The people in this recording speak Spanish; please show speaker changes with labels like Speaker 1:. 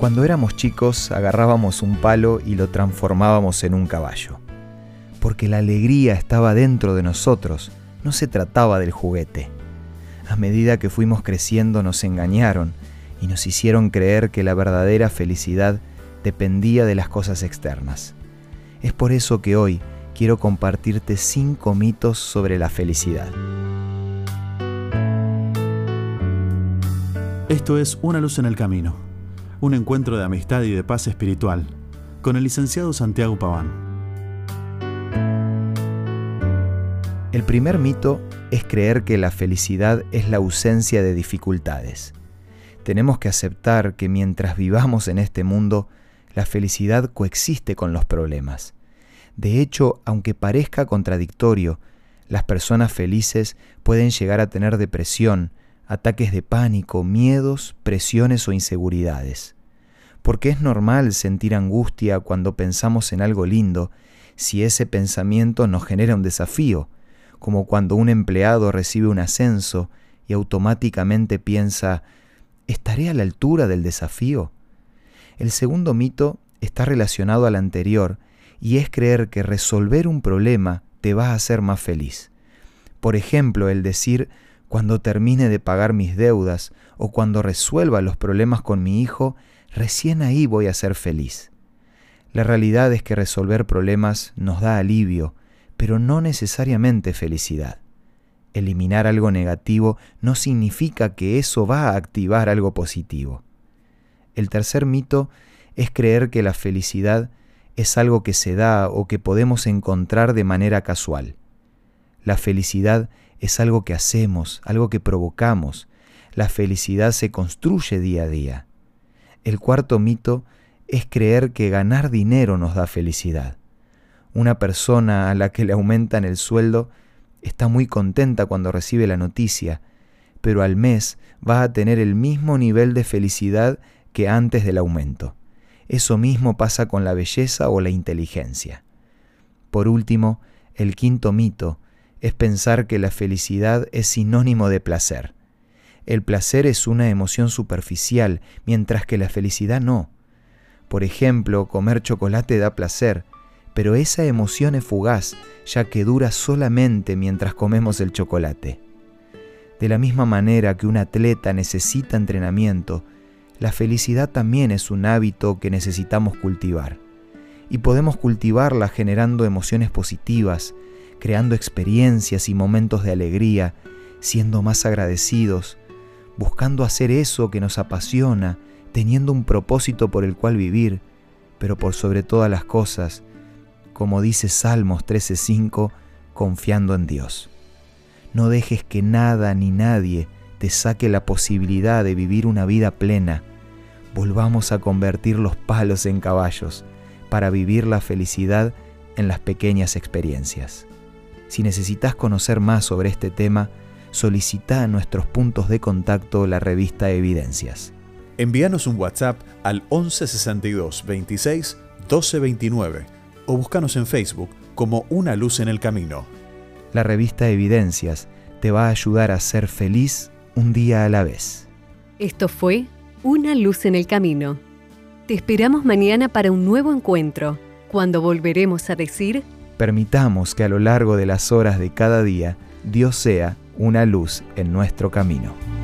Speaker 1: Cuando éramos chicos, agarrábamos un palo y lo transformábamos en un caballo. Porque la alegría estaba dentro de nosotros, no se trataba del juguete. A medida que fuimos creciendo nos engañaron y nos hicieron creer que la verdadera felicidad dependía de las cosas externas. Es por eso que hoy quiero compartirte 5 mitos sobre la felicidad.
Speaker 2: Esto es Una luz en el camino, un encuentro de amistad y de paz espiritual, con el licenciado Santiago Paván.
Speaker 1: El primer mito es creer que la felicidad es la ausencia de dificultades. Tenemos que aceptar que mientras vivamos en este mundo, la felicidad coexiste con los problemas. De hecho, aunque parezca contradictorio, las personas felices pueden llegar a tener depresión, ataques de pánico, miedos, presiones o inseguridades. Porque es normal sentir angustia cuando pensamos en algo lindo si ese pensamiento nos genera un desafío, como cuando un empleado recibe un ascenso y automáticamente piensa, ¿estaré a la altura del desafío? El segundo mito está relacionado al anterior y es creer que resolver un problema te va a hacer más feliz. Por ejemplo, el decir, cuando termine de pagar mis deudas o cuando resuelva los problemas con mi hijo, recién ahí voy a ser feliz. La realidad es que resolver problemas nos da alivio, pero no necesariamente felicidad. Eliminar algo negativo no significa que eso va a activar algo positivo. El tercer mito es creer que la felicidad es algo que se da o que podemos encontrar de manera casual. La felicidad es algo que hacemos, algo que provocamos. La felicidad se construye día a día. El cuarto mito es creer que ganar dinero nos da felicidad. Una persona a la que le aumentan el sueldo está muy contenta cuando recibe la noticia, pero al mes va a tener el mismo nivel de felicidad que antes del aumento. Eso mismo pasa con la belleza o la inteligencia. Por último, el quinto mito es pensar que la felicidad es sinónimo de placer. El placer es una emoción superficial, mientras que la felicidad no. Por ejemplo, comer chocolate da placer, pero esa emoción es fugaz, ya que dura solamente mientras comemos el chocolate. De la misma manera que un atleta necesita entrenamiento, la felicidad también es un hábito que necesitamos cultivar. Y podemos cultivarla generando emociones positivas, creando experiencias y momentos de alegría, siendo más agradecidos, buscando hacer eso que nos apasiona, teniendo un propósito por el cual vivir, pero por sobre todas las cosas, como dice Salmos 13:5, confiando en Dios. No dejes que nada ni nadie te saque la posibilidad de vivir una vida plena. Volvamos a convertir los palos en caballos para vivir la felicidad en las pequeñas experiencias. Si necesitas conocer más sobre este tema, solicita a nuestros puntos de contacto la revista Evidencias.
Speaker 2: Envíanos un WhatsApp al 11 62 26 12 29 o búscanos en Facebook como Una luz en el camino.
Speaker 1: La revista Evidencias te va a ayudar a ser feliz un día a la vez.
Speaker 3: Esto fue Una luz en el camino. Te esperamos mañana para un nuevo encuentro, cuando volveremos a decir:
Speaker 1: permitamos que a lo largo de las horas de cada día, Dios sea una luz en nuestro camino.